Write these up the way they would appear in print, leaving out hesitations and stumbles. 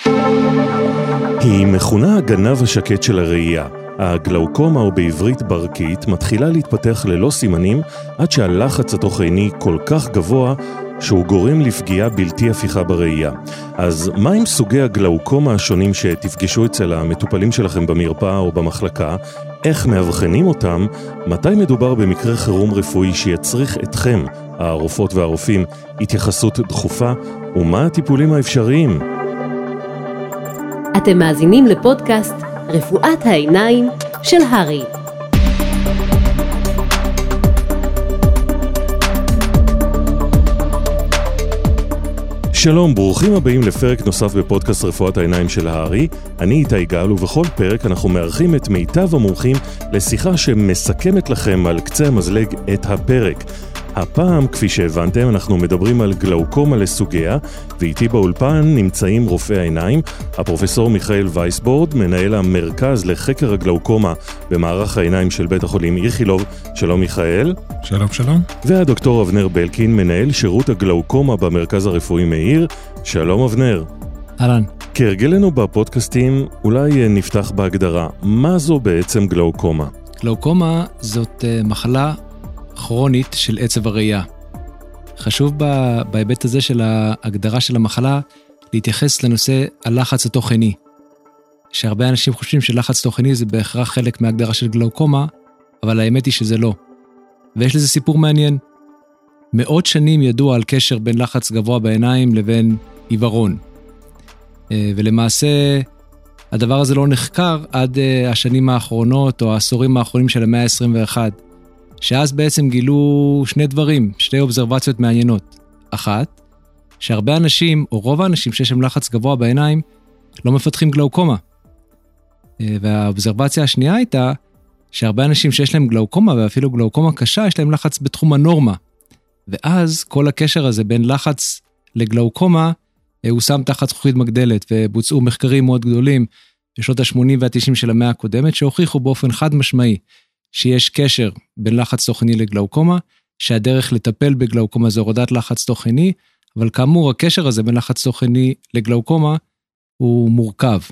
היא מכונה הגנב השקט של הראייה. הגלאוקומה, או בעברית ברקית, מתחילה להתפתח ללא סימנים עד שהלחץ התוך-עיני כל כך גבוה שהוא גורם לפגיעה בלתי הפיכה בראייה. אז מה עם סוגי הגלאוקומה השונים שתפגשו אצל המטופלים שלכם במרפאה או במחלקה? איך מאבחנים אותם? מתי מדובר במקרה חירום רפואי שיצריך אתכם, הרופאות והרופאים, התייחסות דחופה? ומה הטיפולים האפשריים? אתם מאזינים לפודקאסט רפואת העיניים של הרי. שלום, ברוכים הבאים לפרק נוסף בפודקאסט רפואת העיניים של הרי. אני איתי גל, ובכל פרק אנחנו מארחים את מיטב המומחים לשיחה שמסכמת לכם על קצה המזלג את הפרק. הפעם, כפי שהבנתם, אנחנו מדברים על גלאוקומה לסוגיה, ואיתי באולפן נמצאים רופאי העיניים, הפרופסור מיכאל וייסבורד, מנהל המרכז לחקר הגלאוקומה במערך העיניים של בית החולים איכילוב. שלום מיכאל. שלום, שלום. והדוקטור אבנר בלקין, מנהל שירות הגלאוקומה במרכז הרפואי מאיר. שלום אבנר. אהלן. כהרגלנו בפודקאסטים, אולי נפתח בהגדרה. מה זו בעצם גלאוקומה? גלאוקומה זאת מחלה כרונית של עצב הראייה. חשוב בהיבט הזה של ההגדרה של המחלה להתייחס לנושא הלחץ התוך-עיני. שהרבה אנשים חושבים שלחץ תוך-עיני זה בהכרח חלק מההגדרה של גלאוקומה, אבל האמת היא שזה לא. ויש לזה סיפור מעניין. מאות שנים ידוע על קשר בין לחץ גבוה בעיניים לבין עיוורון. ולמעשה הדבר הזה לא נחקר עד השנים האחרונות או העשורים האחרונים של המאה ה-21. שאז בעצם גילו שני דברים, שתי אובזרבציות מעניינות. אחת, שהרבה אנשים, או רוב האנשים שיש להם לחץ גבוה בעיניים, לא מפתחים גלאוקומה. והאובזרבציה השנייה הייתה, שהרבה אנשים שיש להם גלאוקומה, ואפילו גלאוקומה קשה, יש להם לחץ בתחום הנורמה. ואז כל הקשר הזה בין לחץ לגלאוקומה, הוא שם תחת זכוכית מגדלת, ובוצעו מחקרים מאוד גדולים, בשנות ה-80 וה-90 של המאה הקודמת, שהוכיחו באופן חד משמעי, שיש קשר בין לחץ תוך-עיני לגלאוקומה, שהדרך לטפל בגלאוקומה זה הורדת לחץ תוך-עיני, אבל כאמור הקשר הזה בין לחץ תוך-עיני לגלאוקומה הוא מורכב.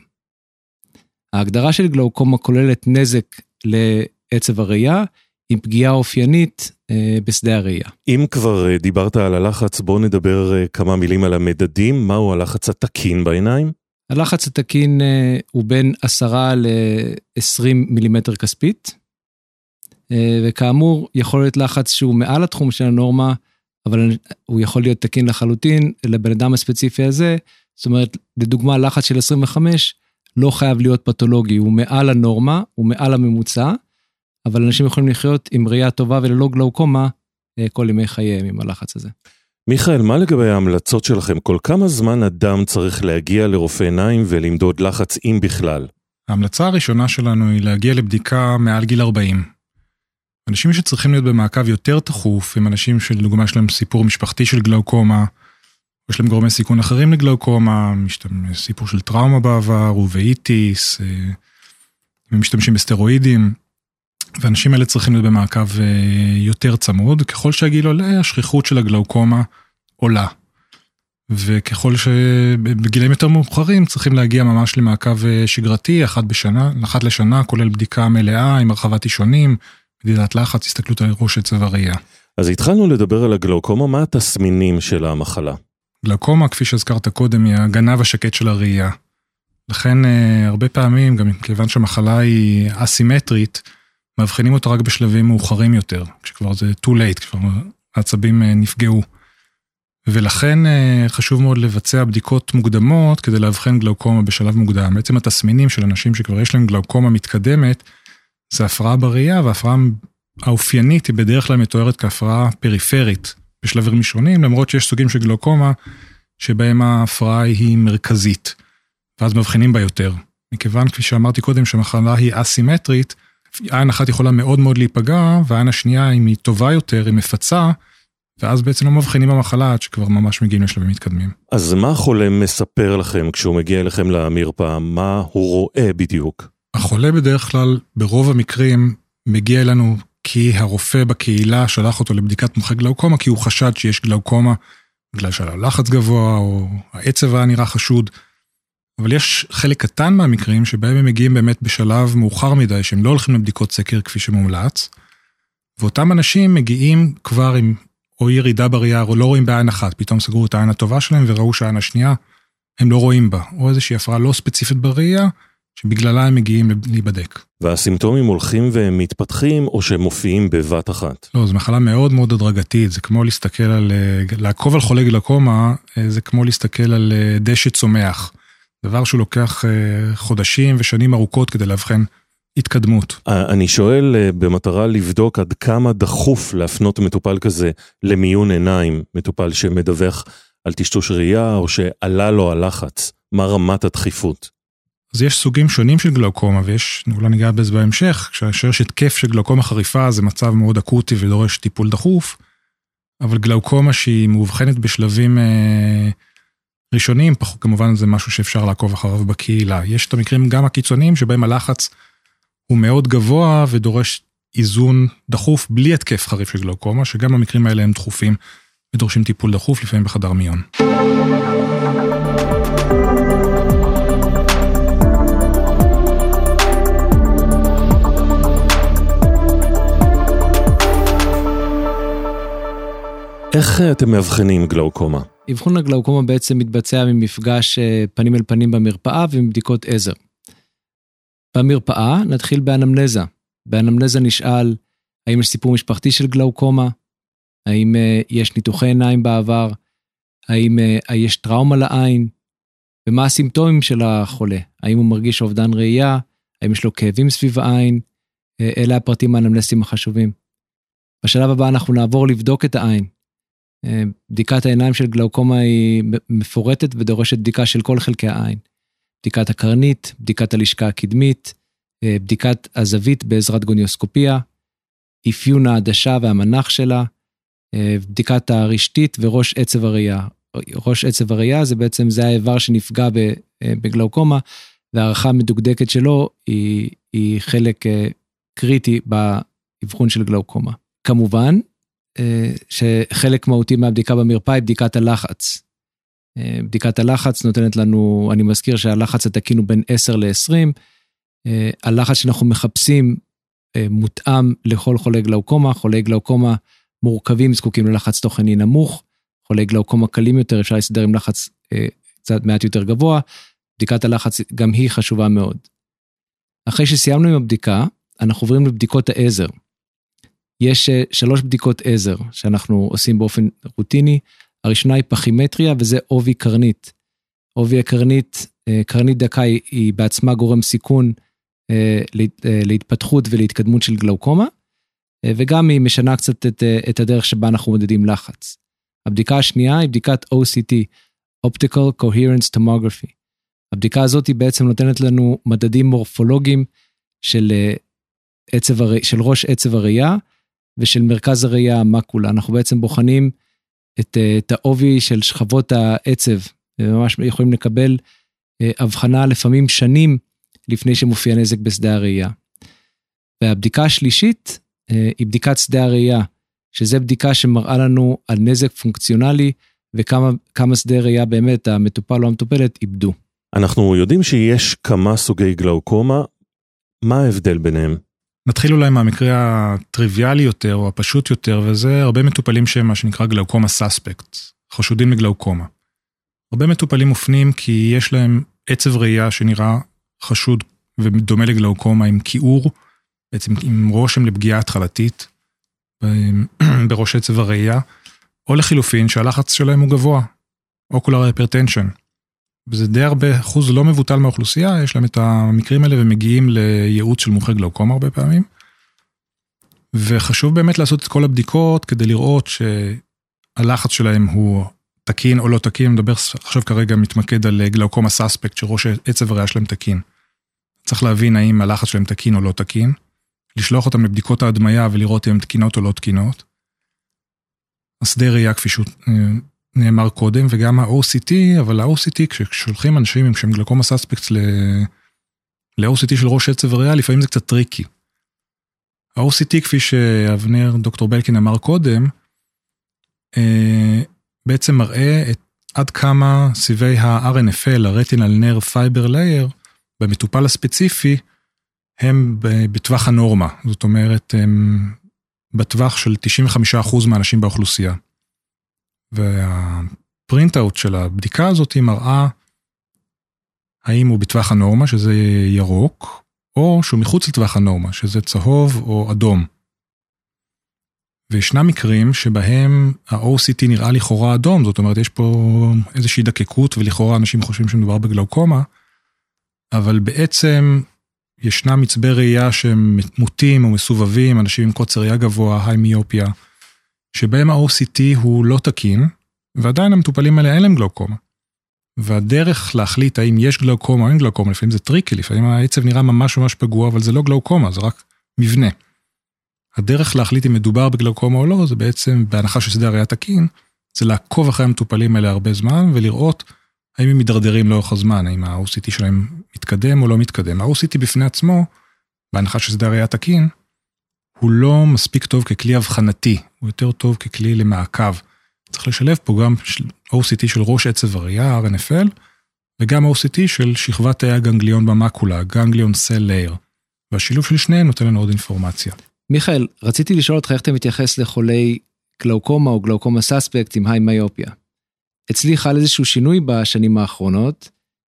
ההגדרה של גלאוקומה כוללת נזק לעצב הראייה, עם פגיעה אופיינית בשדה הראייה. אם כבר דיברת על הלחץ, בואו נדבר כמה מילים על המדדים. מהו הלחץ התקין בעיניים? הלחץ התקין הוא בין 10 ל-20 מילימטר כספית, וכאמור יכול להיות לחץ שהוא מעל התחום של הנורמה, אבל הוא יכול להיות תקין לחלוטין לבן אדם הספציפי הזה. זאת אומרת, לדוגמה לחץ של 25 לא חייב להיות פתולוגי, הוא מעל הנורמה, הוא מעל הממוצע, אבל אנשים יכולים לחיות עם ראייה טובה וללא גלאוקומה כל ימי חייהם עם הלחץ הזה. מיכאל, מה לגבי ההמלצות שלכם? כל כמה זמן אדם צריך להגיע לרופא עיניים ולמדוד לחץ אם בכלל? ההמלצה הראשונה שלנו היא להגיע לבדיקה מעל גיל 40. אנשים שצריכים להיות במעקב יותר תחוף, הם אנשים שלדוגמה יש להם סיפור משפחתי של גלאוקומה, יש להם גורמי סיכון אחרים לגלאוקומה, סיפור של טראומה בעבר, אובאיטיס, הם משתמשים בסטרואידים, ואנשים האלה צריכים להיות במעקב יותר צמוד. ככל שהגיל עולה, השכיחות של הגלאוקומה עולה. וככל שבגילאים יותר מאוחרים צריכים להגיע ממש למעקב שגרתי, אחת לשנה, כולל בדיקה מלאה עם הרחבת אישונים, מדידת לחץ, הסתכלות על ראש עצב הראייה. אז התחלנו לדבר על הגלאוקומה, מה התסמינים של המחלה? גלאוקומה, כפי שהזכרת קודם, היא הגנב השקט של הראייה. לכן הרבה פעמים, גם כיוון שהמחלה היא אסימטרית, מאבחנים אותה רק בשלבים מאוחרים יותר, כשכבר זה too late, כבר העצבים נפגעו. ולכן חשוב מאוד לבצע בדיקות מוקדמות, כדי להבחן גלאוקומה בשלב מוקדם. בעצם התסמינים של אנשים שכבר יש להם גלאוקומה מתקדמת, זה הפרעה בראייה, וההפרעה האופיינית היא בדרך כלל מתוארת כהפרעה פריפרית בשלבים ראשונים, למרות שיש סוגים של גלאוקומה שבהם ההפרעה היא מרכזית, ואז מבחינים בה יותר. מכיוון, כפי שאמרתי קודם, שהמחלה היא אסימטרית, עין אחת יכולה מאוד מאוד להיפגע, והעין השנייה, אם היא טובה יותר, היא מפצה, ואז בעצם לא מבחינים במחלה עד שכבר ממש מגיעים לשלבים מתקדמים. אז מה החולה מספר לכם כשהוא מגיע אליכם למרפאה? מה הוא רואה בדיוק? החולה בדרך כלל, ברוב המקרים, מגיע אלינו כי הרופא בקהילה שלח אותו לבדיקת מומחה גלאוקומה, כי הוא חשד שיש גלאוקומה, בגלל שהיה לחץ גבוה, או העצב היה נראה חשוד. אבל יש חלק קטן מהמקרים שבהם הם מגיעים באמת בשלב מאוחר מדי, שהם לא הולכים לבדיקות סקר כפי שמומלץ, ואותם אנשים מגיעים כבר עם או ירידה בראייה, או לא רואים בעין אחת, פתאום סגרו את העין הטובה שלהם, וראו שהעין השנייה, הם לא רואים בה, או איזושהי הפרעה לא ספציפית בראייה, שבגללה הם מגיעים להיבדק. והסימפטומים הולכים ומתפתחים, או שהם מופיעים בבת אחת? לא, זו מחלה מאוד מאוד הדרגתית, זה כמו להסתכל על, לעקוב על חולי גלוקומה, זה כמו להסתכל על דשא צומח, דבר שהוא לוקח חודשים ושנים ארוכות כדי להבחן התקדמות. אני שואל במטרה לבדוק עד כמה דחוף להפנות מטופל כזה למיון עיניים, מטופל שמדווח על טשטוש ראייה או שעלה לו הלחץ, מה רמת הדחיפות? אז יש סוגים שונים של גלוקומה, ויש, אולי ניגע בזה בהמשך, כשיש התקף של גלוקומה חריפה, זה מצב מאוד אקוטי ודורש טיפול דחוף, אבל גלוקומה שהיא מאובחנת בשלבים ראשונים, כמובן זה משהו שאפשר לעקוב אחריו בקהילה. יש את המקרים גם הקיצוניים שבהם הלחץ הוא מאוד גבוה ודורש איזון דחוף בלי התקף חריף של גלוקומה, שגם המקרים האלה הם דחופים ודורשים טיפול דחוף לפעמים בחדר מיון. איך אתם מאבחנים גלוקומה? אבחון הגלוקומה בעצם מתבצע ממפגש פנים אל פנים במרפאה ומבדיקות עזר. במרפאה נתחיל באנמנזה. באנמנזה נשאל האם יש סיפור משפחתי של גלוקומה, האם יש ניתוחי עיניים בעבר, האם יש טראומה לעין, ומה הסימפטומים של החולה, האם הוא מרגיש אובדן ראייה, האם יש לו כאבים סביב העין, אלה הפרטים האנמנסטיים החשובים. בשלב הבא אנחנו נעבור לבדוק את העין. בדיקת העיניים של גלוקומה היא מפורטת ודורשת בדיקה של כל חלקי העין. בדיקת הקרנית, בדיקת הלשכה הקדמית, בדיקת הזווית בעזרת גוניוסקופיה, אפיון העדשה והמנח שלה, בדיקת הרשתית וראש עצב הראייה. ראש עצב הראייה זה בעצם זה האיבר שנפגע בגלוקומה, והערכה מדוקדקת שלו היא חלק קריטי באבחון של גלוקומה. כמובן, שחלק מהותי מהבדיקה במרפאה היא בדיקת הלחץ. בדיקת הלחץ נותנת לנו, אני מזכיר שהלחץ התקין הוא בין 10 ל-20, הלחץ שאנחנו מחפשים מותאם לכל חולי גלוקומה, חולי גלוקומה מורכבים זקוקים ללחץ תוכני נמוך, חולי גלוקומה קלים יותר אפשר להסתדר עם לחץ קצת מעט יותר גבוה, בדיקת הלחץ גם היא חשובה מאוד. אחרי שסיימנו עם הבדיקה, אנחנו עוברים לבדיקות העזר. יש 3 בדיקות עזר שאנחנו עושים באופן רוטיני, הראשונה היא פחימטריה וזה עובי קרנית. עובי הקרנית, קרנית דקה היא בעצמה גורם סיכון להתפתחות ולהתקדמות של גלוקומה, וגם היא משנה קצת את הדרך שבה אנחנו מודדים לחץ. הבדיקה השנייה היא בדיקת OCT, Optical Coherence Tomography. הבדיקה הזאת היא בעצם נותנת לנו מדדים מורפולוגיים של ראש עצב הראייה, ושל מרכז הראייה המקולה. אנחנו בעצם בוחנים את העובי של שכבות העצב, וממש יכולים לקבל הבחנה לפעמים שנים לפני שמופיע נזק בשדה הראייה. והבדיקה השלישית היא בדיקת שדה הראייה, שזה בדיקה שמראה לנו על נזק פונקציונלי, וכמה שדה ראייה באמת המטופל או המטופלת איבדו. אנחנו יודעים שיש כמה סוגי גלוקומה, מה ההבדל ביניהם? נתחיל אולי מהמקרה הטריוויאלי יותר או הפשוט יותר, וזה הרבה מטופלים שהם מה שנקרא גלוקומה סאספקט, חשודים לגלוקומה. הרבה מטופלים מופנים כי יש להם עצב ראייה שנראה חשוד ודומה לגלוקומה עם כיעור, בעצם עם רושם לפגיעה התחלתית בראש עצב הראייה, או לחילופין שהלחץ שלהם הוא גבוה, אוקולר היפרטנשן. וזה די הרבה אחוז לא מבוטל מהאוכלוסייה, יש להם את המקרים האלה ומגיעים לייעוץ של מומחה גלוקומה הרבה פעמים. וחשוב באמת לעשות את כל הבדיקות כדי לראות שהלחץ שלהם הוא תקין או לא תקין. מדבר עכשיו כרגע מתמקד על גלוקומה סאספקט שראש עצב הראייה שלהם תקין. צריך להבין האם הלחץ שלהם תקין או לא תקין, לשלוח אותם לבדיקות ההדמיה ולראות אם הם תקינות או לא תקינות. השדה ראייה כפי שהוא נאמר קודם, וגם ה-OCT, אבל ה-OCT, כששולחים אנשים עם שם גלוקומה סאספקט ל-OCT של ראש עצב הראייה, לפעמים זה קצת טריקי. ה-OCT, כפי שאבנר דוקטור בלקין אמר קודם, בעצם מראה את עד כמה סיבי ה-RNFL, ה-Retinal Nerve Fiber Layer, במטופל הספציפי, הם בטווח הנורמה. זאת אומרת, הם בטווח של 95% מהאנשים באוכלוסייה. והפרינט-אוט של הבדיקה הזאת מראה האם הוא בטווח הנורמה, שזה ירוק, או שהוא מחוץ לטווח הנורמה, שזה צהוב או אדום. וישנם מקרים שבהם ה-OCT נראה לכאורה אדום, זאת אומרת, יש פה איזושהי דקקות, ולכאורה אנשים חושבים שמדובר בגלאוקומה, אבל בעצם ישנם מצבי ראייה שהם מוטים או מסובבים, אנשים עם קוצר ראייה גבוה, היימיופיה, שבהם ה-OCT הוא לא תקין, ועדיין המטופלים האלה אין להם גלאוקומה. והדרך להחליט האם יש גלאוקומה או אין גלאוקומה, לפעמים זה טריקי, לפעמים העצב נראה ממש ממש פגוע, אבל זה לא גלאוקומה, זה רק מבנה. הדרך להחליט אם מדובר בגלאוקומה או לא, זה בעצם, בהנחה ששדה הראייה תקין, זה לעקוב אחרי המטופלים האלה הרבה זמן, ולראות האם הם מדרדרים לאורך הזמן, האם ה-OCT שלהם מתקדם או לא מתקדם. ה-OCT בפני עצמו, בהנחה ששדה הראייה תקין, הוא לא מספיק טוב ככלי הבחנתי, הוא יותר טוב ככלי למעקב. צריך לשלב פה גם OCT של ראש עצב הראייה, RNFL, וגם OCT של שכבת תאי הגנגליון במקולה, גנגליון סל לייר. והשילוב של שניהם נותן לנו עוד אינפורמציה. מיכאל, רציתי לשאול אותך איך אתה מתייחס לחולי גלאוקומה או גלאוקומה סאספקט עם היימיופיה. אצלי חל איזשהו שינוי בשנים האחרונות,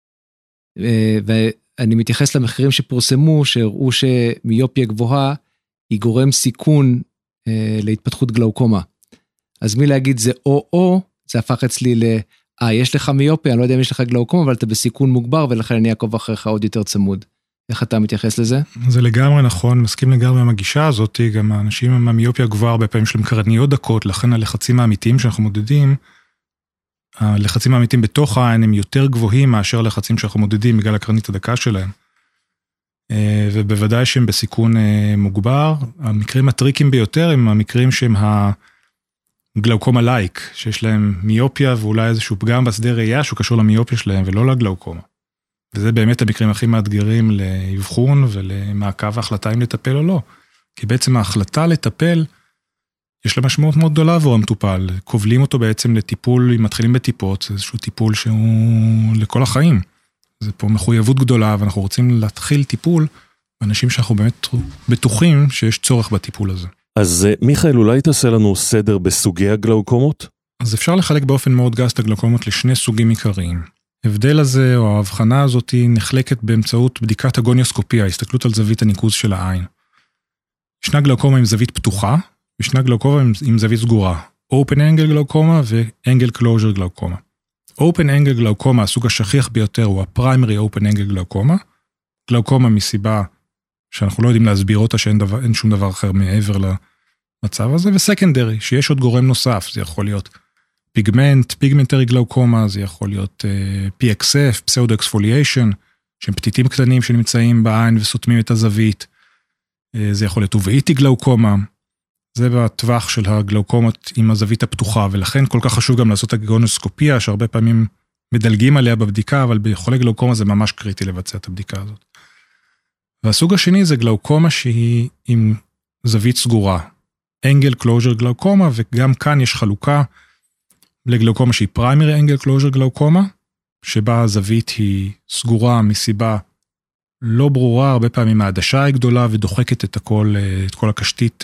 ואני מתייחס למחקרים שפורסמו, שהראו שמיופיה גבוהה היא גורם סיכון להתפתחות גלאוקומה. אז מי להגיד זה או, זה הפך אצלי יש לך מיופיה, אני לא יודע אם יש לך גלאוקומה, אבל אתה בסיכון מוגבר, ולכן אני אעקוב אחריך עוד יותר צמוד. איך אתה מתייחס לזה? זה לגמרי נכון, מסכים לגמרי עם הגישה הזאת, גם האנשים עם המיופיה גבוהה הרבה פעמים שלהם קרניות דקות, לכן הלחצים האמיתיים שאנחנו מודדים, הלחצים האמיתיים בתוך העין הם יותר גבוהים מאשר הלחצים שאנחנו מודדים בגלל הקרנית הדקה שלהם. ובוודאי שהם בסיכון מוגבר. המקרים הטריקים ביותר הם המקרים שהם הגלאוקומה לייק, שיש להם מיופיה ואולי איזשהו פגם בשדה ראייה שהוא קשור למיופיה שלהם ולא לגלאוקומה. וזה באמת המקרים הכי מאתגרים לאבחון ולמעקב ההחלטה אם לטפל או לא. כי בעצם ההחלטה לטפל, יש לה משמעות מאוד גדולה עבור המטופל. קובלים אותו בעצם לטיפול, אם מתחילים בטיפות, זה איזשהו טיפול שהוא לכל החיים. זה פה מחויבות גדולה, ואנחנו רוצים להתחיל טיפול באנשים שאנחנו באמת בטוחים שיש צורך בטיפול הזה. אז מיכאל, אולי תעשה לנו סדר בסוגי הגלאוקומות? אז אפשר לחלק באופן מאוד גס את הגלאוקומות לשני סוגים עיקריים. ההבדל הזה או ההבחנה הזאת נחלקת באמצעות בדיקת הגוניוסקופיה, ההסתכלות על זווית הניקוז של העין. ישנה גלאוקומה עם זווית פתוחה, ישנה גלאוקומה עם זווית סגורה. Open Angle גלאוקומה ו-Angle Closure גלאוקומה. Open Angle גלאוקומה, הסוג השכיח ביותר, הוא ה-Primary Open Angle גלאוקומה. גלאוקומה מסיבה שאנחנו לא יודעים להסביר אותה, שאין שום דבר אחר מעבר למצב הזה, ו-Secondary, שיש עוד גורם נוסף, זה יכול להיות פיגמנטרי גלאוקומה, זה יכול להיות PXF, פסאודו-אקספוליאשן, שהם פתיתים קטנים שנמצאים בעין וסותמים את הזווית, זה יכול להיות אובאיטי גלאוקומה, זה בטווח של הגלאוקומות עם הזווית הפתוחה, ולכן כל כך חשוב גם לעשות הגוניוסקופיה, שהרבה פעמים מדלגים עליה בבדיקה, אבל בחולי גלאוקומה זה ממש קריטי לבצע את הבדיקה הזאת. והסוג השני זה גלאוקומה שהיא עם זווית סגורה, Angle Closure גלאוקומה, וגם כאן יש חלוקה לגלאוקומה שהיא Primary Angle Closure גלאוקומה, שבה הזווית היא סגורה מסיבה לא ברורה, הרבה פעמים העדשה היא גדולה ודוחקת את כל הקשתית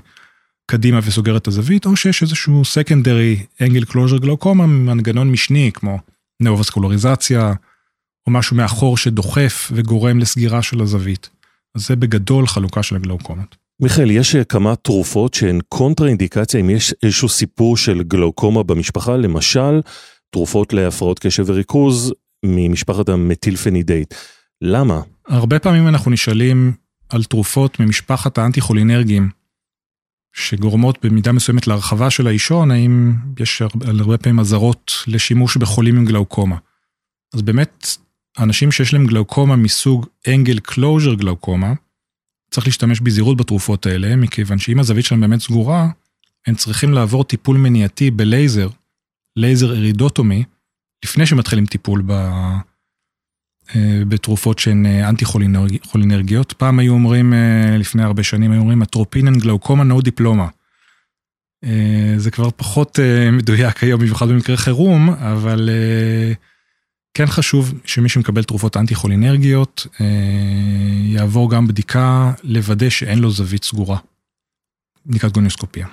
קדימה וסוגרת את הזווית, או שיש איזשהו Secondary Angle Closure גלאוקומה, מנגנון משני כמו נאובסקולריזציה, או משהו מאחור שדוחף וגורם לסגירה של הזווית. אז זה בגדול חלוקה של הגלאוקומות. מיכאל, יש כמה תרופות שהן קונטרה-אינדיקציה, אם יש איזשהו סיפור של גלאוקומה במשפחה, למשל, תרופות להפרעות קשב וריכוז ממשפחת המתילפנידייט. למה? הרבה פעמים אנחנו נשאלים על תרופות ממשפחת האנטי-חולינרגיים, שגורמות במידה מסוימת להרחבה של האישון, האם יש הרבה פעמים עזרות לשימוש בחולים עם גלאוקומה. אז באמת, אנשים שיש להם גלאוקומה מסוג Angle Closure גלאוקומה, צריך להשתמש בזהירות בתרופות האלה, מכיוון שאם הזווית שלהם באמת סגורה, הם צריכים לעבור טיפול מניעתי בלייזר, לייזר אירידוטומי, לפני שמתחילים טיפול בתרופות שהן אנטי-חולינרגיות. פעם היו אומרים, לפני הרבה שנים, היו אומרים, אטרופינן גלאוקומה נו דיפלומה. זה כבר פחות מדויק היום, במיוחד במקרה חירום, אבל כן חשוב שמי שמקבל תרופות אנטי-חולינרגיות, יעבור גם בדיקה לוודא שאין לו זווית סגורה. בדיקת גוניוסקופיה.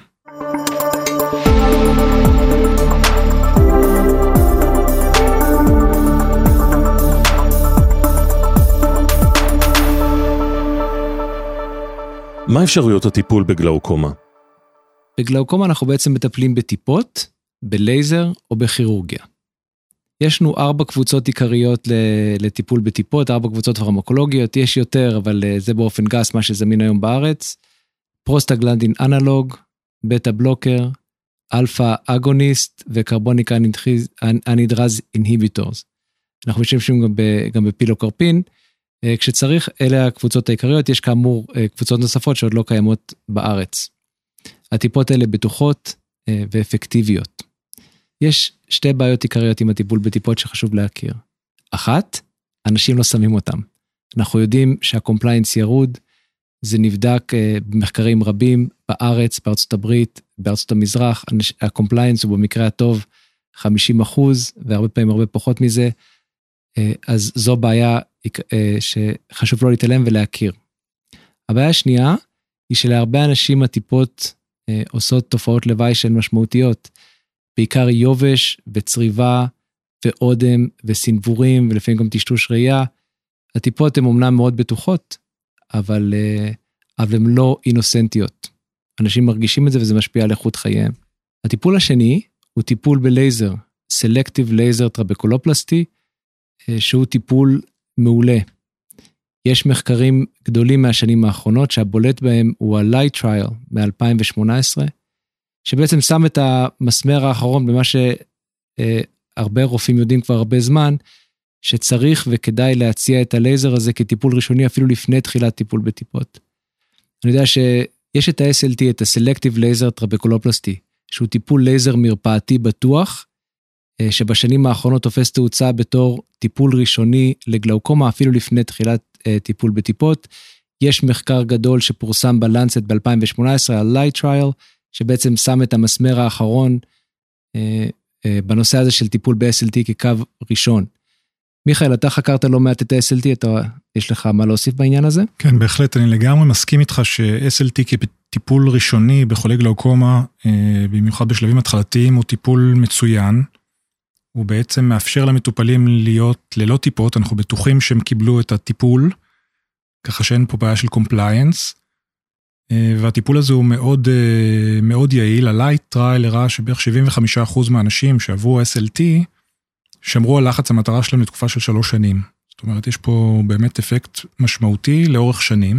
מה אפשרויות הטיפול בגלאוקומה? בגלאוקומה אנחנו בעצם מטפלים בטיפות, בלייזר או בכירורגיה. יש לנו 4 קבוצות עיקריות לטיפול בטיפות, 4 קבוצות פרמקולוגיות, יש יותר, אבל זה באופן גס מה שזמין היום בארץ. פרוסטגלנדין אנלוג, בטא בלוקר, אלפא אגוניסט וקרבוניק אנידרז אינהיביטורס. אנחנו משתמשים גם בפילוקרפין, כשצריך, אלה הקבוצות העיקריות, יש כאמור קבוצות נוספות שעוד לא קיימות בארץ. הטיפות האלה בטוחות ואפקטיביות. יש 2 בעיות עיקריות עם הטיפול בטיפות שחשוב להכיר. 1, אנשים לא שמים אותם. אנחנו יודעים שהקומפליינס ירוד, זה נבדק במחקרים רבים בארץ, בארצות הברית, בארצות המזרח, הקומפליינס הוא במקרה הטוב 50%, והרבה פעמים הרבה פחות מזה, אז זו בעיה שחשוב לא להתעלם ולהכיר. הבעיה השנייה, היא שלהרבה אנשים הטיפות עושות תופעות לוואי שהן משמעותיות, בעיקר יובש וצריבה ואודם וסנבורים ולפעמים גם טשטוש ראייה. הטיפות הן אומנם מאוד בטוחות, אבל הן לא אינוסנטיות. אנשים מרגישים את זה וזה משפיע על איכות חייהם. הטיפול השני הוא טיפול בלייזר, סלקטיב לייזר טרבקולופלסטי, שהוא טיפול מעולה. יש מחקרים גדולים מהשנים האחרונות, שהבולט בהם הוא ה-Light Trial מ-2018, שבעצם שם את המסמר האחרון במה שהרבה רופאים יודעים כבר הרבה זמן, שצריך וכדאי להציע את הלייזר הזה כטיפול ראשוני, אפילו לפני תחילת טיפול בטיפות. אני יודע שיש את ה-SLT, את ה-Selective Laser Trabeculoplasty, שהוא טיפול לייזר מרפאתי בטוח, שבשנים האחרונות תופס תאוצה בתור טיפול ראשוני לגלאוקומה, אפילו לפני תחילת טיפול בטיפות. יש מחקר גדול שפורסם בלנסט ב-2018, ה-Light Trial, שבעצם שם את המסמר האחרון בנושא הזה של טיפול ב-SLT כקו ראשון. מיכאל, אתה חקרת לא מעט את ה-SLT, יש לך מה להוסיף בעניין הזה? כן, בהחלט, אני לגמרי מסכים איתך ש-SLT כטיפול ראשוני בחולי גלאוקומה, במיוחד בשלבים התחלתיים, הוא טיפול מצוין. הוא בעצם מאפשר למטופלים להיות ללא טיפות, אנחנו בטוחים שהם קיבלו את הטיפול, ככה שאין פה בעיה של קומפליינס, והטיפול הזה הוא מאוד, מאוד יעיל. הלייט טרייל הראה שבערך 75% מהאנשים שעברו SLT, שמרו על לחץ המטרה שלהם לתקופה של 3 שנים. זאת אומרת, יש פה באמת אפקט משמעותי לאורך שנים.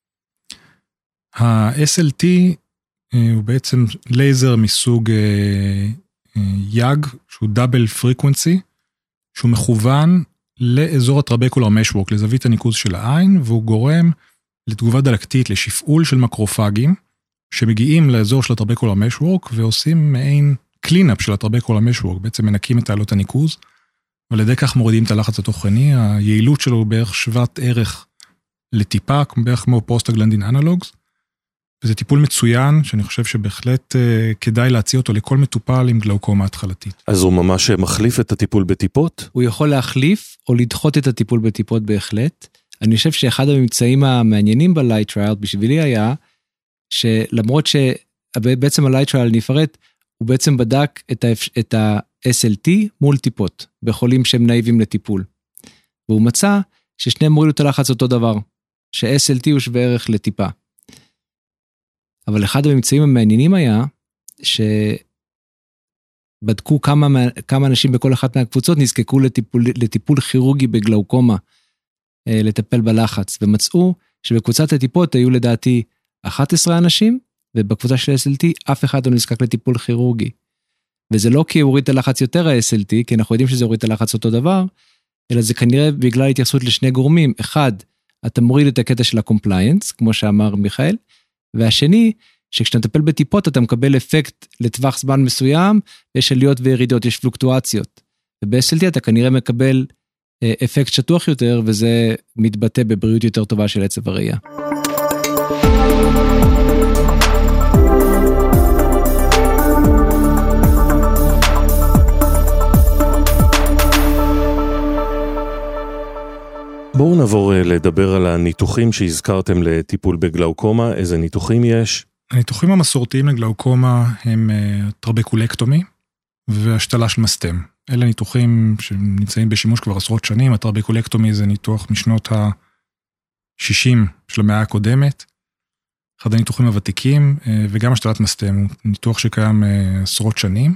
ה-SLT הוא בעצם לייזר מסוג יאג, שהוא דאבל פריקוונסי, שהוא מכוון לאזור הטרבקולר משוורק, לזווית הניקוז של העין, והוא גורם לתגובה דלקתית, לשפעול של מקרופגים, שמגיעים לאזור של הטרבקולר משוורק, ועושים מעין קלינאפ של הטרבקולר משוורק, בעצם מנקים את תעלות הניקוז, ועל ידי כך מורידים את הלחץ התוכני, היעילות שלו הוא בערך שוות ערך לטיפה, בערך כמו פרוסטגלנדין אנלוגס, וזה טיפול מצוין, שאני חושב שבהחלט כדאי להציע אותו לכל מטופל עם גלאוקומה התחלתית. אז הוא ממש מחליף את הטיפול בטיפות? הוא יכול להחליף או לדחות את הטיפול בטיפות בהחלט. אני חושב שאחד הממצאים המעניינים ב-Light Trial בשבילי היה, שלמרות שבעצם ה-Light Trial נפרט, הוא בעצם בדק את ה-SLT מול טיפות, בחולים שהם נאיבים לטיפול. והוא מצא ששניהם מורידו את הלחץ אותו דבר, ש-SLT הוא שווה ערך לטיפה. אבל אחד הממצאים המעניינים היה, שבדקו כמה אנשים בכל אחת מהקבוצות נזקקו לטיפול כירורגי בגלאוקומה, לטפל בלחץ, ומצאו שבקבוצת הטיפות היו לדעתי 11 אנשים, ובקבוצה של SLT אף אחד לא נזקק לטיפול כירורגי. וזה לא כי הוריד את הלחץ יותר ה-SLT, כי אנחנו יודעים שזה הוריד את הלחץ אותו דבר, אלא זה כנראה בגלל התייחסות לשני גורמים. אחד, אתה מוריד את הקטע של הקומפליינס, כמו שאמר מיכאל, והשני, שכשאתה מטפל בטיפות, אתה מקבל אפקט לטווח זמן מסוים, יש עליות וירידות, יש פלוקטואציות. וב-SLT אתה כנראה מקבל אפקט שטוח יותר, וזה מתבטא בבריאות יותר טובה של עצב הראייה. בואו נעבור לדבר על הניתוחים שהזכרתם לטיפול בגלאוקומה, איזה ניתוחים יש? הניתוחים המסורתיים לגלאוקומה הם טרבקולקטומי והשתלה של מסתם. אלה ניתוחים שנמצאים בשימוש כבר עשרות שנים, הטרבקולקטומי זה ניתוח משנות ה-60 של המאה הקודמת, אחד הניתוחים הוותיקים, וגם השתלת מסתם הוא ניתוח שקיים עשרות שנים.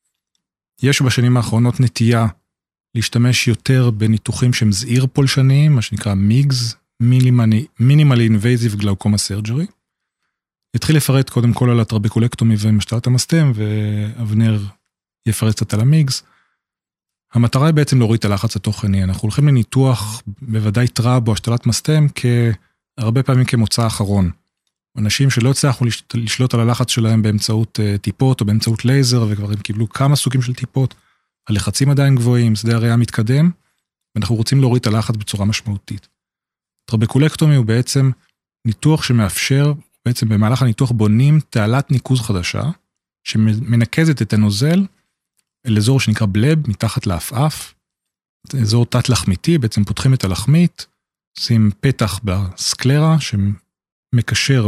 יש בשנים האחרונות נטייה להשתמש יותר בניתוחים שהם זעיר פולשניים, מה שנקרא מיגס, Minimally Invasive Glaucoma Surgery. התחיל לפרט קודם כל על הטרבקולקטומי ומשתלת המסתם, ואבנר יפרט קצת על המיגס. המטרה היא בעצם להוריד את הלחץ התוכני. אנחנו הולכים לניתוח, בוודאי טראב או השתלת מסתם, הרבה פעמים כמוצא אחרון. אנשים שלא הצליחו לשלוט על הלחץ שלהם באמצעות טיפות או באמצעות לייזר, וכבר הם קיבלו כמה סוגים של טיפות, הלחצים עדיין גבוהים, שדה הראייה מתקדם, ואנחנו רוצים להוריד את הלחץ בצורה משמעותית. טרבקולקטומי הוא בעצם ניתוח שמאפשר, בעצם במהלך הניתוח בונים תעלת ניקוז חדשה, שמנקזת את הנוזל אל אזור שנקרא בלב, מתחת לאף-אף, אזור תת-לחמיתי, בעצם פותחים את הלחמית, עושים פתח בסקלרה, שמקשר,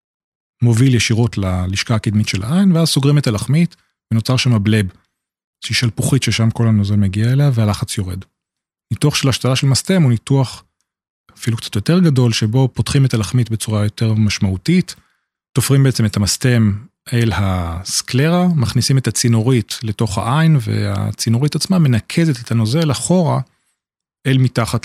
מוביל ישירות ללשכה הקדמית של העין, ואז סוגרים את הלחמית, ונוצר שם הבלב, שהיא שלפוחית ששם כל הנוזל מגיע אליה, והלחץ יורד. ניתוח של השתלה של מסתם הוא ניתוח אפילו קצת יותר גדול, שבו פותחים את הלחמית בצורה יותר משמעותית, תופרים בעצם את המסתם אל הסקלרה, מכניסים את הצינורית לתוך העין, והצינורית עצמה מנקזת את הנוזל אחורה, אל מתחת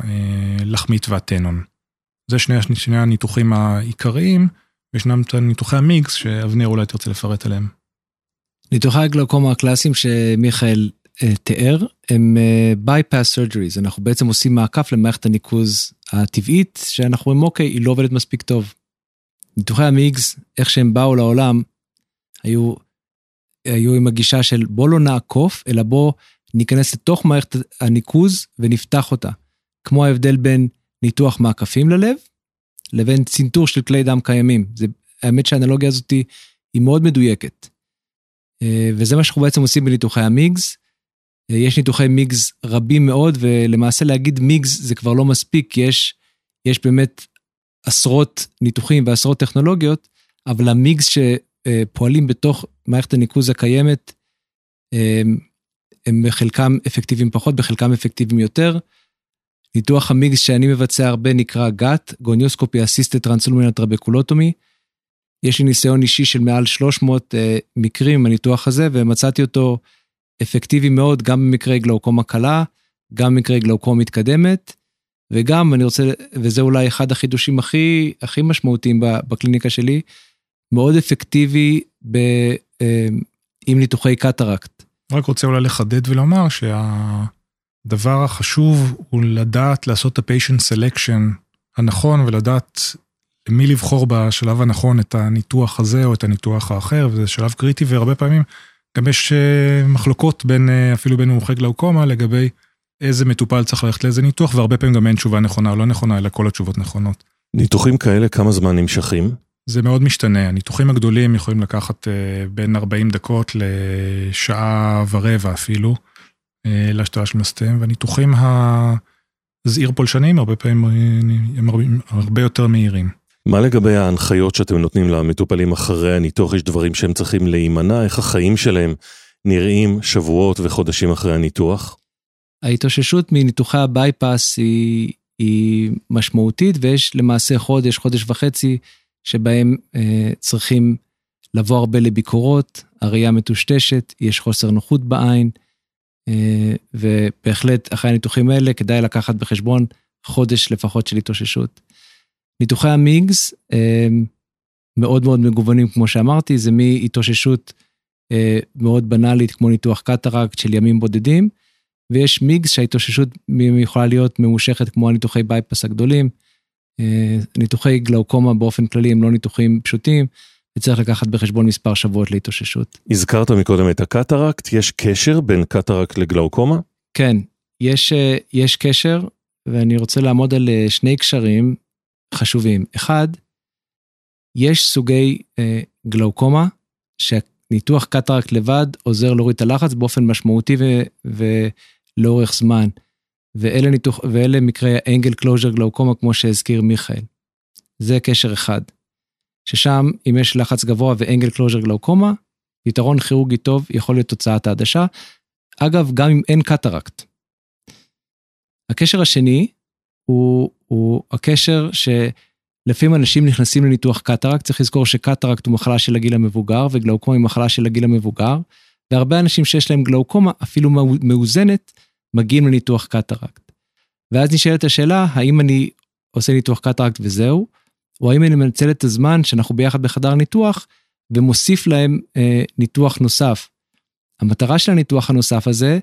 ללחמית והטנון. זה שני הניתוחים העיקריים, וישנם את ניתוחי המיגס, שאבנר אולי תרצה לפרט עליהם. ניתוחי הגלאוקומה הקלאסיים שמיכאל תיאר, הם bypass surgeries, אנחנו בעצם עושים מעקף למערכת הניקוז הטבעית, שאנחנו אומרים, אוקיי, היא לא עובדת מספיק טוב. ניתוחי המיגס, איך שהם באו לעולם, היו עם הגישה של בוא לא נעקוף, אלא בוא ניכנס לתוך מערכת הניקוז ונפתח אותה. כמו ההבדל בין ניתוח מעקפים ללב, לבין צינטור של כלי דם קיימים. האמת שהאנלוגיה הזאת היא מאוד מדויקת. וזה מה שאנחנו בעצם עושים בניתוחי המיגס. יש ניתוחי מיגס רבים מאוד, ולמעשה להגיד מיגס זה כבר לא מספיק, כי יש באמת עשרות ניתוחים ועשרות טכנולוגיות, אבל המיגס שפועלים בתוך מערכת הניקוז הקיימת, הם בחלקם אפקטיביים פחות, בחלקם אפקטיביים יותר. ניתוח המיגס שאני מבצע הרבה נקרא GAT, גוניוסקופי אסיסטד טרנסלומינל טרבקולוטומי. יש לי ניסיון אישי של מעל 300 מקרים הניתוח הזה, ומצאתי אותו אפקטיבי מאוד, גם במקרה גלאוקומה קלה, גם במקרה גלאוקומה מתקדמת, וגם אני רוצה, וזה אולי אחד החידושים הכי משמעותיים בקליניקה שלי, מאוד אפקטיבי עם ניתוחי קטרקט. רק רוצה אולי לחדד ולומר שהדבר החשוב הוא לדעת לעשות את ה-patient selection הנכון, ולדעת למי לבחור בשלב הנכון את הניתוח הזה או את הניתוח האחר, וזה שלב קריטי, והרבה פעמים גם יש מחלוקות אפילו בין מומחי גלאוקומה לגבי איזה מטופל צריך ללכת לאיזה ניתוח, והרבה פעמים גם אין תשובה נכונה או לא נכונה, אלא כל התשובות נכונות. ניתוחים כאלה כמה זמן נמשכים? זה מאוד משתנה. הניתוחים הגדולים יכולים לקחת בין 40 דקות לשעה ורבע אפילו, להשתלה של מסתם, והניתוחים הזעיר פולשניים הרבה פעמים הם הרבה יותר מהירים. מה לגבי ההנחיות שאתם נותנים למטופלים אחרי הניתוח? יש דברים שהם צריכים להימנע? איך החיים שלהם נראים שבועות וחודשים אחרי הניתוח? ההתאוששות מניתוחי הבייפס היא משמעותית, ויש למעשה חודש וחצי, שבהם צריכים לבוא הרבה לביקורות, הראייה מטושטשת, יש חוסר נוחות בעין, ובהחלט אחרי הניתוחים האלה כדאי לקחת בחשבון חודש לפחות של התאוששות. ניתוחי המיגס מאוד מאוד מגוונים כמו שאמרתי, זה מהתאוששות מאוד בנאלית כמו ניתוח קטרקט של ימים בודדים, ויש מיגס שההתאוששות יכולה להיות ממושכת כמו הניתוחי בייפס הגדולים, ניתוחי גלאוקומה באופן כללי הם לא ניתוחים פשוטים, וצריך לקחת בחשבון מספר שבועות להתאוששות. הזכרת מקודם את הקטרקט, יש קשר בין קטרקט לגלאוקומה? כן, יש קשר, ואני רוצה לעמוד על שני קשרים חשובים. אחד, יש סוגי גלאוקומה, שהניתוח קטרקט לבד עוזר להוריד את הלחץ באופן משמעותי ולאורך זמן. ואלה מקרי האנגל קלוז'ר גלאוקומה, כמו שהזכיר מיכאל. זה קשר אחד. ששם, אם יש לחץ גבוה ואנגל קלוז'ר גלאוקומה, יתרון כירורגי טוב יכול להיות תוצאת העדשה, אגב, גם אם אין קטרקט. הקשר השני הוא הקשר שלפעמים אנשים נכנסים לניתוח קטרקט, צריך לזכור שקטרקט הוא מחלה של הגיל המבוגר, וגלאוקומה היא מחלה של הגיל המבוגר, והרבה אנשים שיש להם גלאוקומה, אפילו מאוזנת, מגיעים לניתוח קטרקט. ואז נשאלת השאלה, האם אני עושה ניתוח קטרקט וזהו, או האם אני מנצל את הזמן שאנחנו ביחד בחדר ניתוח, ומוסיף להם ניתוח נוסף. המטרה של הניתוח הנוסף הזה,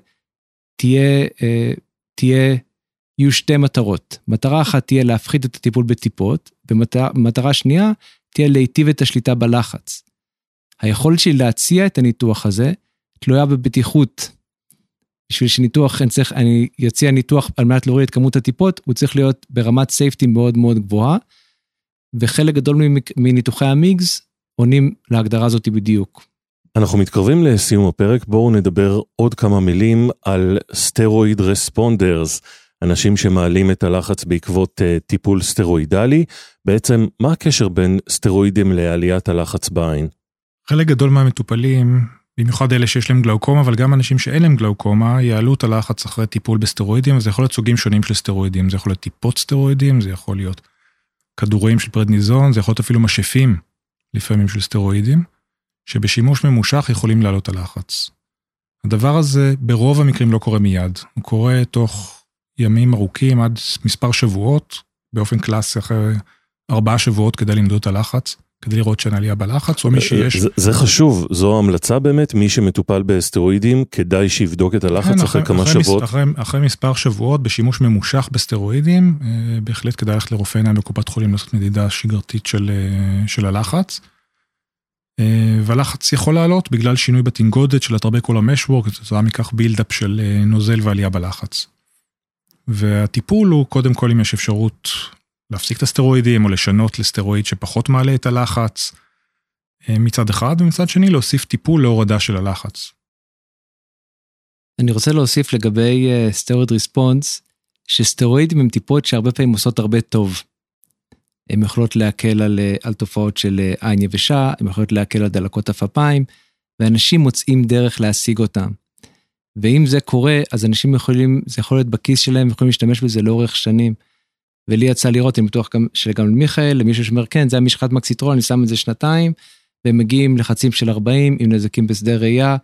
יהיו שתי מטרות. מטרה אחת תהיה להפחית את הטיפול בטיפות, ומטרה שנייה תהיה להיטיב את השליטה בלחץ. היכולת שלי להציע את הניתוח הזה, תלויה בבטיחות. בשביל שניתוח, אני יציע ניתוח על מנת להוריד את כמות הטיפות, הוא צריך להיות ברמת סייפטי מאוד מאוד גבוהה, וחלק גדול מניתוחי המיגס עונים להגדרה הזאת בדיוק. אנחנו מתקרבים לסיום הפרק, בואו נדבר עוד כמה מילים על סטרואיד רספונדרס, אנשים שמעלים את הלחץ בעקבות טיפול סטרואידלי. בעצם, מה הקשר בין סטרואידים לעליית הלחץ בעין? חלק גדול מהמטופלים, במיוחד אלה שיש להם גלאוקומה, אבל גם אנשים שאין להם גלאוקומה, יעלו את הלחץ אחרי טיפול בסטרואידים, וזה יכול להיות סוגים שונים של סטרואידים, זה יכול להיות טיפות סטרואידים, זה יכול להיות כדורים של פרדניזון, זה יכול להיות אפילו משאפים, לפעמים של סטרואידים, שבשימוש ממושך יכולים לעלות את הלחץ. הדבר הזה ברוב המקרים לא קורה מיד, הוא קורה תוך ימים ארוכים עד מספר שבועות, באופן קלאסי אחרי 4 שבועות כדי למדוד את הלחץ, כדי לראות שאין עלייה בלחץ, או מי שיש... זה חשוב, זו המלצה באמת, מי שמטופל בסטרואידים, כדאי שיבדוק את הלחץ אחרי כמה שבועות. אחרי מספר שבועות, בשימוש ממושך בסטרואידים, בהחלט כדאי ללכת לרופא עיניים בקופת חולים, לעשות מדידה שגרתית של הלחץ. והלחץ יכול לעלות בגלל שינוי בתנגודת של הטרבקולר משוורק, כתוצאה מכך בילדאפ של נוזל ועלייה בלחץ. והטיפול הוא קודם כל אם יש אפשרות להפסיק את הסטרואידים, או לשנות לסטרואיד שפחות מעלה את הלחץ, מצד אחד, ומצד שני להוסיף טיפול להורדה של הלחץ. אני רוצה להוסיף לגבי סטרואיד ריספונס, שסטרואידים הם טיפות שהרבה פעמים עושות הרבה טוב. הן יכולות להקל על תופעות של עין יבשה, הן יכולות להקל על דלקות אפיים, ואנשים מוצאים דרך להשיג אותם. ואם זה קורה, אז אנשים יכולים, זה יכול להיות בכיס שלהם, יכולים להשתמש בזה לאורך שנים. ולי יצא לראות, אני בטוח שגם למיכאל, למישהו שאומר, כן, זה המשחת מקסיטרול, אני שם את זה 2 והם מגיעים לחצים של 40, עם נזקים בשדה ראייה,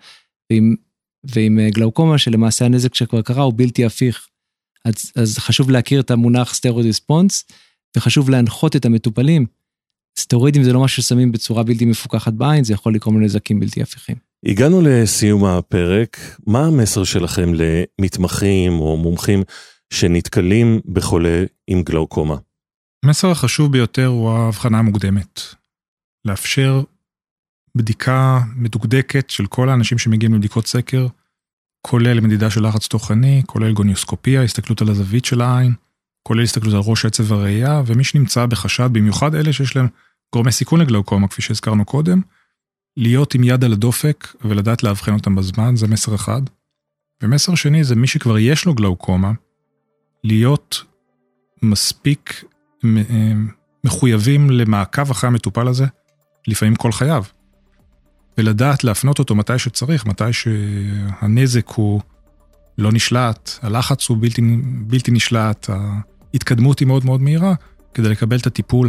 ועם גלאוקומה, שלמעשה הנזק שכבר קרה, הוא בלתי הפיך. אז חשוב להכיר את המונח סטרואיד ריספונס, וחשוב להנחות את המטופלים. סטרואידים זה לא משהו ששמים בצורה בלתי מפוקחת בעין, זה יכול לקרום לנזקים בלתי הפיכים. הגענו לסיום הפרק, מה המסר שלכם למתמחים או מומחים שנתקלים בחולה עם גלאוקומה? המסר החשוב ביותר הוא ההבחנה המוקדמת. לאפשר בדיקה מדוקדקת של כל האנשים שמגיעים לבדיקות סקר, כולל מדידה של לחץ תוכני, כולל גוניוסקופיה, הסתכלות על הזווית של העין, כולל הסתכלות על ראש עצב הראייה, ומי שנמצא בחשד, במיוחד אלה שיש להם גורמי סיכון לגלאוקומה, כפי שהזכרנו קודם, להיות עם יד על הדופק ולדעת להבחן אותם בזמן, זה מסר אחד. ומסר שני זה מי שכבר יש לו גלאוקומה, להיות מספיק מחויבים למעקב אחרי המטופל הזה, לפעמים כל חייו. ולדעת להפנות אותו מתי שצריך, מתי שהנזק הוא לא נשלט, הלחץ הוא בלתי נשלט, ההתקדמות היא מאוד מאוד מהירה, כדי לקבל את הטיפול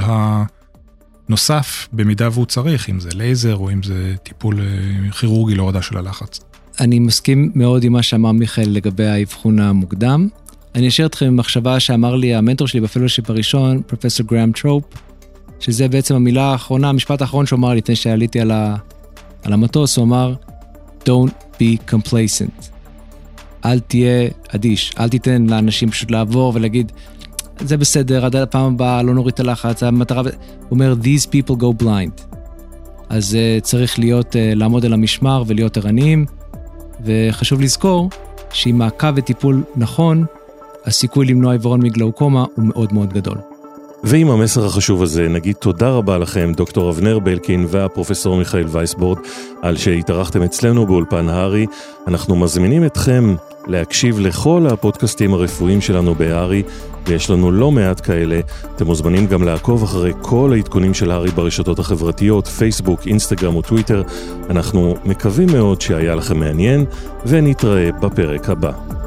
הנוסף במידה והוא צריך, אם זה לייזר או אם זה טיפול כירורגי להורדה של הלחץ. אני מסכים מאוד עם מה שאמר מיכאל לגבי האבחון המוקדם. אני אשאר אתכם עם מחשבה שאמר לי המנטור שלי בפלושיפ הראשון, פרופסור גראם טרופ, שזה בעצם המילה האחרונה, המשפט האחרון שהוא אמר לי לפני שעליתי על המטוס, הוא אמר, Don't be complacent. אל תהיה אדיש, אל תיתן לאנשים פשוט לעבור ולהגיד, זה בסדר, עד הפעם הבאה, לא נוריד את הלחץ, המטרה, הוא אומר, these people go blind. אז צריך להיות, לעמוד על המשמר ולהיות ערניים, וחשוב לזכור שעם מעקב וטיפול נכון, הסיכוי למנוע עיוורון מגלאוקומה הוא מאוד מאוד גדול. ועם המסר החשוב הזה נגיד תודה רבה לכם, דוקטור אבנר בלקין והפרופסור מיכאל וייסבורד, על שהתארחתם אצלנו באולפן הארי. אנחנו מזמינים אתכם להקשיב לכל הפודקאסטים הרפואיים שלנו בהארי, ויש לנו לא מעט כאלה. אתם מוזמנים גם לעקוב אחרי כל העדכונים של הארי ברשתות החברתיות, פייסבוק, אינסטגרם וטוויטר. אנחנו מקווים מאוד שהיה לכם מעניין, ונתראה בפרק הבא.